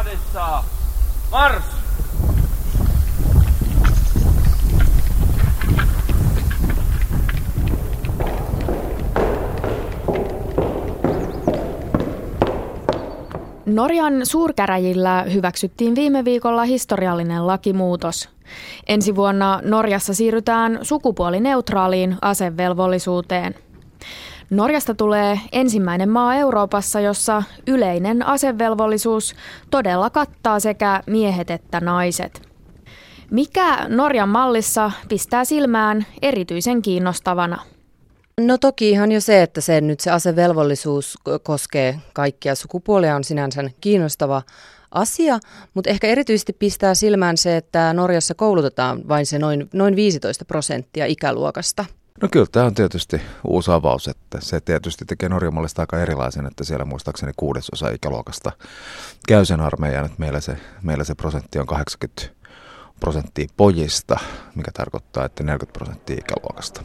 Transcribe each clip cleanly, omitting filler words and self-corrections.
Kohdissa. Mars! Norjan suurkäräjillä hyväksyttiin viime viikolla historiallinen lakimuutos. Ensi vuonna Norjassa siirrytään sukupuolineutraaliin asevelvollisuuteen. Norjasta tulee ensimmäinen maa Euroopassa, jossa yleinen asevelvollisuus todella kattaa sekä miehet että naiset. Mikä Norjan mallissa pistää silmään erityisen kiinnostavana? No toki ihan jo se, että se asevelvollisuus koskee kaikkia sukupuolia on sinänsä kiinnostava asia, mutta ehkä erityisesti pistää silmään se, että Norjassa koulutetaan vain se noin 15% ikäluokasta. No kyllä tämä on tietysti uusi avaus, että se tietysti tekee Norjan mallista aika erilaisen, että siellä muistaakseni 1/6 ikäluokasta käy sen armeijan, että meillä se prosentti on 80% pojista, mikä tarkoittaa, että 40% ikäluokasta.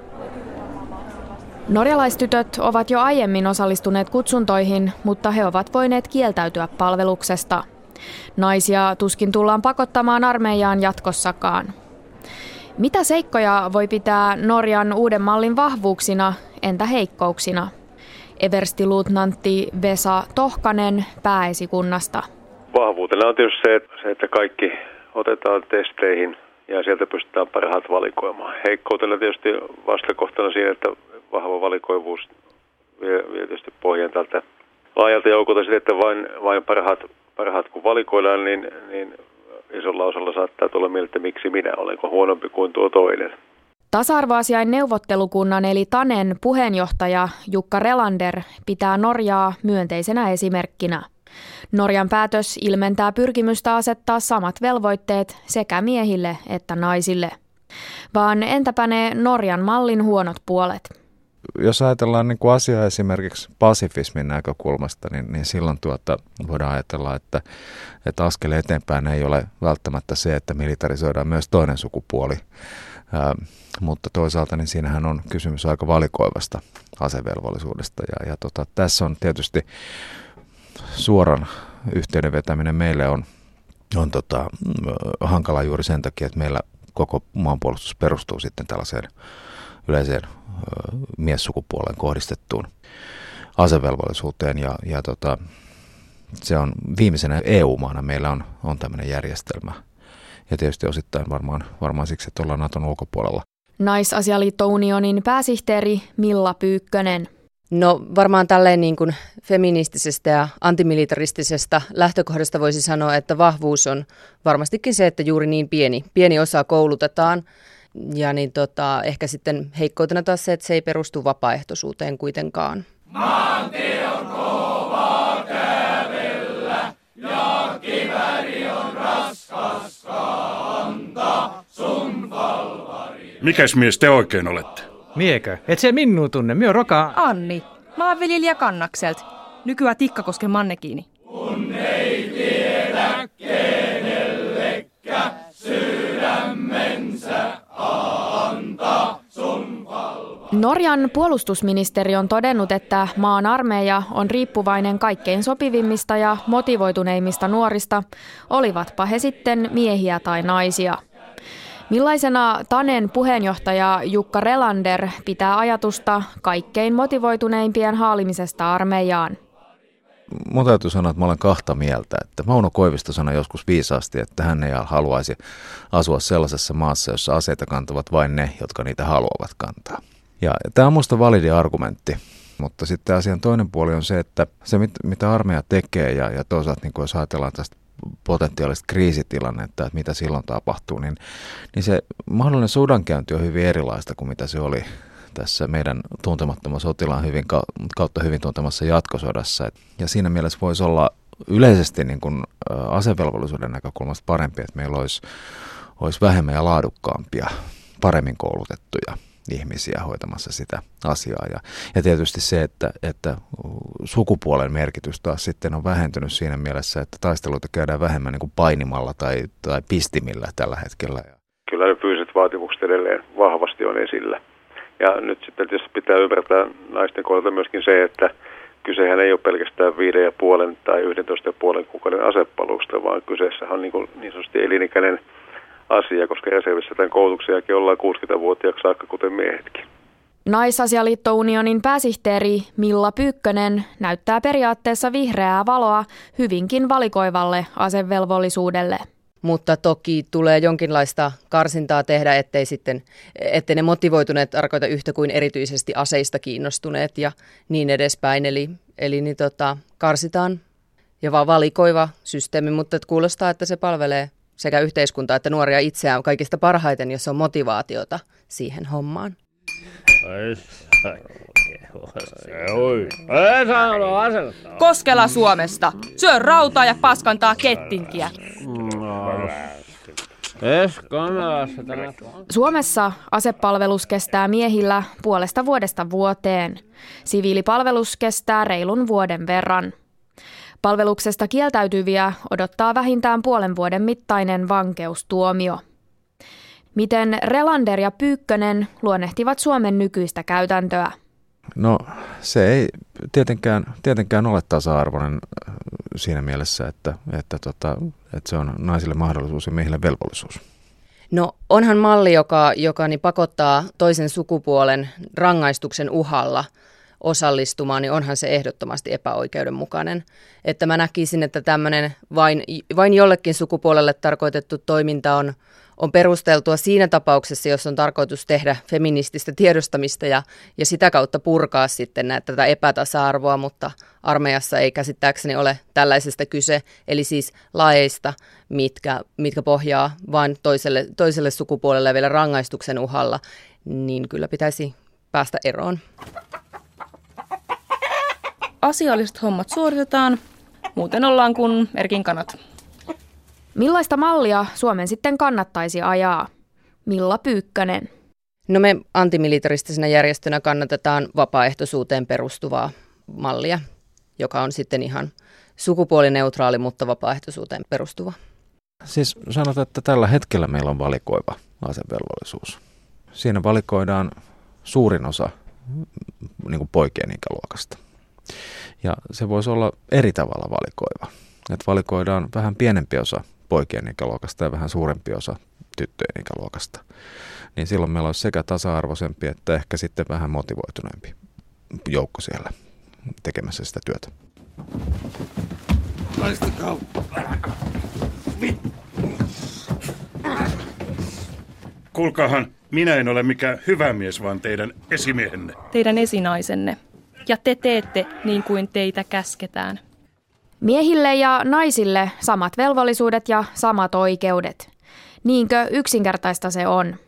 Norjalaistytöt ovat jo aiemmin osallistuneet kutsuntoihin, mutta he ovat voineet kieltäytyä palveluksesta. Naisia tuskin tullaan pakottamaan armeijaan jatkossakaan. Mitä seikkoja voi pitää Norjan uuden mallin vahvuuksina, entä heikkouksina? Everstiluutnantti Vesa Tohkanen pääesikunnasta. Vahvuutena on tietysti se, että kaikki otetaan testeihin ja sieltä pystytään parhaat valikoimaan. Heikkoutena tietysti vastakohtana siinä, että vahva valikoivuus vie tietysti pohjan tältä laajalta joukolta sitten, että vain parhaat kun valikoidaan, niin isolla osalla saattaa tulla mieleen, että miksi minä olenko huonompi kuin tuo toinen. Tasa-arvoasiain neuvottelukunnan eli TANen puheenjohtaja Jukka Relander pitää Norjaa myönteisenä esimerkkinä. Norjan päätös ilmentää pyrkimystä asettaa samat velvoitteet sekä miehille että naisille. Vaan entäpä ne Norjan mallin huonot puolet? Jos ajatellaan niin kuin asiaa esimerkiksi pasifismin näkökulmasta, niin silloin voidaan ajatella, että askel eteenpäin ei ole välttämättä se, että militarisoidaan myös toinen sukupuoli. Mutta toisaalta niin siinähän on kysymys aika valikoivasta asevelvollisuudesta. Ja tässä on tietysti suoran yhteyden vetäminen meille on hankala juuri sen takia, että meillä koko maanpuolustus perustuu sitten tällaiseen yleiseen miessukupuoleen kohdistettuun asevelvollisuuteen ja se on viimeisenä EU-maana meillä on tämmöinen järjestelmä ja tietysti osittain varmaan siksi, että ollaan Naton ulkopuolella. Naisasialiitto Unionin pääsihteeri Milla Pyykkönen. No varmaan tälleen niin kuin feministisestä ja antimilitaristisesta lähtökohdasta voisi sanoa, että vahvuus on varmastikin se, että juuri niin pieni osa koulutetaan. Ja niin ehkä sitten heikkoutena taas se, että se ei perustu vapaaehtoisuuteen kuitenkaan. Maantie on kova kävellä ja kivääri on raskas kantaa sun palvari. Mikäs mies te oikein olette? Miekö? Et se minua tunne, myö roka... Anni, maanviljelijä Kannakselta. Nykyään Tikkakosken mannekiini. Kun ei tiedä kenellekä sydämensä antaa sun palva. Norjan puolustusministeri on todennut, että maan armeija on riippuvainen kaikkein sopivimmista ja motivoituneimmista nuorista, olivatpa he sitten miehiä tai naisia. Millaisena TANen puheenjohtaja Jukka Relander pitää ajatusta kaikkein motivoituneimpien haalimisesta armeijaan? Mun täytyy sanoa, että mä olen kahta mieltä. Että Mauno Koivisto sanoi joskus viisaasti, että hän ei haluaisi asua sellaisessa maassa, jossa aseita kantavat vain ne, jotka niitä haluavat kantaa. Ja tämä on musta validi argumentti. Mutta sitten asian toinen puoli on se, että se mitä armeija tekee ja toisaalta niin jos ajatellaan tästä potentiaalista kriisitilannetta, että mitä silloin tapahtuu, niin se mahdollinen sodankäynti on hyvin erilaista kuin mitä se oli tässä meidän tuntemattoman sotilaan kautta hyvin tuntemassa jatkosodassa. Ja siinä mielessä voisi olla yleisesti niin kuin asevelvollisuuden näkökulmasta parempi, että meillä olisi vähemmän ja laadukkaampia, paremmin koulutettuja ihmisiä hoitamassa sitä asiaa. Ja tietysti se, että sukupuolen merkitys taas sitten on vähentynyt siinä mielessä, että taisteluita käydään vähemmän niin kuin painimalla tai pistimillä tällä hetkellä. Kyllä ne fyysiset vaatimukset edelleen vahvasti on esillä. Ja nyt sitten tietysti pitää ymmärtää naisten kohdalta myöskin se, että kysehän ei ole pelkästään 5,5 tai 11,5 kuukauden asepalveluksesta, vaan kyseessä on niin sanotusti elinikäinen asia, koska reservissä tämän koulutuksen jälkeen ollaan 60-vuotiaaksi saakka, kuten miehetkin. Naisasialiitto-unionin pääsihteeri Milla Pyykkönen näyttää periaatteessa vihreää valoa hyvinkin valikoivalle asevelvollisuudelle. Mutta toki tulee jonkinlaista karsintaa tehdä, ettei ne motivoituneet tarkoita yhtä kuin erityisesti aseista kiinnostuneet ja niin edespäin. Eli karsitaan ja vaan valikoiva systeemi, mutta kuulostaa, että se palvelee sekä yhteiskuntaa että nuoria itseään kaikista parhaiten, jos on motivaatiota siihen hommaan. Koskela Suomesta. Syö rautaa ja paskantaa kettinkiä. Suomessa asepalvelus kestää miehillä 0,5 vuodesta vuoteen. Siviilipalvelus kestää reilun vuoden verran. Palveluksesta kieltäytyviä odottaa vähintään 0,5 vuoden mittainen vankeustuomio. Miten Relander ja Pyykkönen luonnehtivat Suomen nykyistä käytäntöä? No se ei tietenkään ole tasa-arvoinen siinä mielessä, että se on naisille mahdollisuus ja miehille velvollisuus. No onhan malli, joka pakottaa toisen sukupuolen rangaistuksen uhalla osallistumaan, niin onhan se ehdottomasti epäoikeudenmukainen. Että mä näkisin, että tämmöinen vain jollekin sukupuolelle tarkoitettu toiminta on perusteltua siinä tapauksessa, jos on tarkoitus tehdä feminististä tiedostamista ja sitä kautta purkaa sitten tätä epätasa-arvoa, mutta armeijassa ei käsittääkseni ole tällaisesta kyse, eli siis laeista, mitkä pohjaa vain toiselle sukupuolelle vielä rangaistuksen uhalla, niin kyllä pitäisi päästä eroon. Asialliset hommat suoritetaan, muuten ollaan kuin Erkin kanat. Millaista mallia Suomen sitten kannattaisi ajaa? Milla Pyykkönen. No me antimilitaristisena järjestönä kannatetaan vapaaehtoisuuteen perustuvaa mallia, joka on sitten ihan sukupuolineutraali, mutta vapaaehtoisuuteen perustuva. Siis sanotaan, että tällä hetkellä meillä on valikoiva asevelvollisuus. Siinä valikoidaan suurin osa niin kuin poikien ikäluokasta. Ja se voisi olla eri tavalla valikoiva. Että valikoidaan vähän pienempi osa poikien ikäluokasta ja vähän suurempi osa tyttöjen ikäluokasta. Niin silloin meillä olisi sekä tasa-arvoisempi että ehkä sitten vähän motivoituneempi joukko siellä tekemässä sitä työtä. Kuulkaahan, minä en ole mikään hyvä mies, vaan teidän esimiehenne. Teidän esinaisenne. Ja te teette niin kuin teitä käsketään. Miehille ja naisille samat velvollisuudet ja samat oikeudet. Niinkö yksinkertaista se on?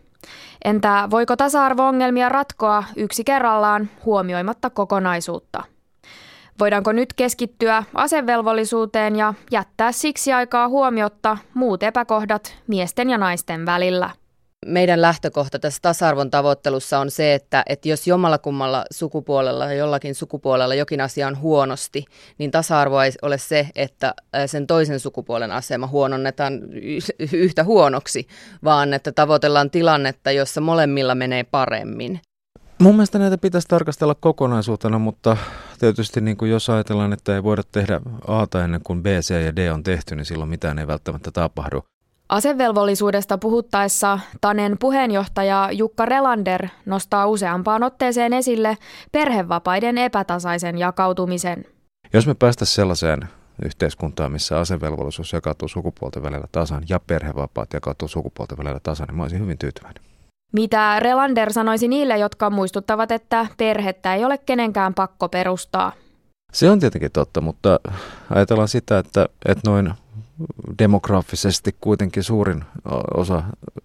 Entä voiko tasa-arvo-ongelmia ratkoa yksi kerrallaan huomioimatta kokonaisuutta? Voidaanko nyt keskittyä asevelvollisuuteen ja jättää siksi aikaa huomiotta muut epäkohdat miesten ja naisten välillä? Meidän lähtökohta tässä tasa-arvon tavoittelussa on se, että jos jommallakummalla sukupuolella ja jollakin sukupuolella jokin asia on huonosti, niin tasa-arvoa ei ole se, että sen toisen sukupuolen asema huononnetaan yhtä huonoksi, vaan että tavoitellaan tilannetta, jossa molemmilla menee paremmin. Mun mielestä näitä pitäisi tarkastella kokonaisuutena, mutta tietysti niin kuin jos ajatellaan, että ei voida tehdä A:ta ennen kuin B, C ja D on tehty, niin silloin mitään ei välttämättä tapahdu. Asevelvollisuudesta puhuttaessa TANen puheenjohtaja Jukka Relander nostaa useampaan otteeseen esille perhevapaiden epätasaisen jakautumisen. Jos me päästäisiin sellaiseen yhteiskuntaan, missä asevelvollisuus jakautuu sukupuolten välillä tasan ja perhevapaat jakautuu sukupuolten välillä tasan, niin mä olisin hyvin tyytyväinen. Mitä Relander sanoisi niille, jotka muistuttavat, että perhettä ei ole kenenkään pakko perustaa? Se on tietenkin totta, mutta ajatellaan sitä, että noin demograafisesti kuitenkin suurin osa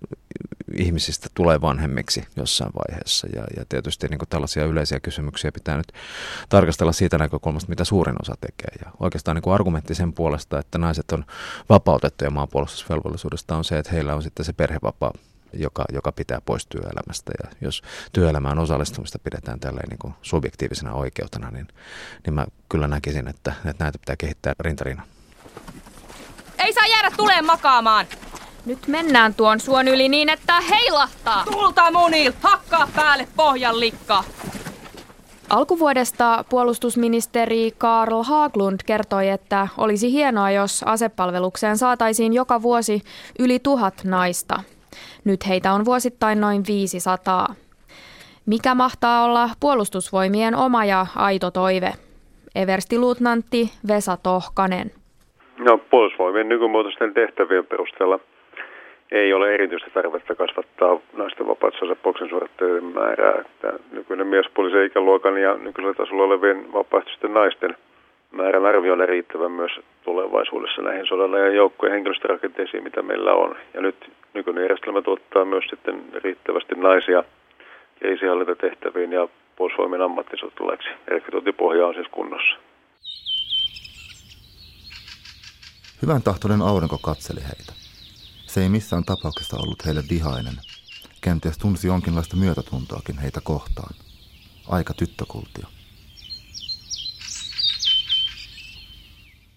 ihmisistä tulee vanhemmiksi jossain vaiheessa. Ja tietysti niin kuin tällaisia yleisiä kysymyksiä pitää nyt tarkastella siitä näkökulmasta, mitä suurin osa tekee. Ja oikeastaan niin kuin argumentti sen puolesta, että naiset on vapautettuja maanpuolustusvelvollisuudesta, on se, että heillä on sitten se perhevapaa, joka pitää pois työelämästä. Ja jos työelämään osallistumista pidetään tälleen niin kuin subjektiivisena oikeutena, niin mä kyllä näkisin, että näitä pitää kehittää rintarinnan. Ei saa jäädä tuleen makaamaan! Nyt mennään tuon suon yli niin, että heilahtaa! Tulta munil! Hakkaa päälle pohjan likka! Alkuvuodesta puolustusministeri Carl Haglund kertoi, että olisi hienoa, jos asepalvelukseen saataisiin joka vuosi yli 1000 naista. Nyt heitä on vuosittain noin 500. Mikä mahtaa olla puolustusvoimien oma ja aito toive? Everstiluutnantti Vesa Tohkanen. No, puolustusvoimien nykymuotoisten tehtävien perusteella ei ole erityistä tarvetta kasvattaa naisten vapaassa asepalveluksen suorittajien määrää. Että nykyinen miespuolisen ikäluokan ja nykyisellä tasolla olevien vapaaehtoisten naisten määrän arvioidaan riittävän myös tulevaisuudessa näihin sodan ja joukkojen henkilöstörakenteisiin, mitä meillä on. Ja nyt nykyinen järjestelmä tuottaa myös sitten riittävästi naisia kriisinhallintatehtäviin ja puolustusvoimien ammattisotilaiksi. Rekrytointipohja on siis kunnossa. Hyvän tahtoinen aurinko katseli heitä. Se ei missään tapauksessa ollut heille vihainen. Kenties tunsi jonkinlaista myötätuntoakin heitä kohtaan. Aika tyttökultia.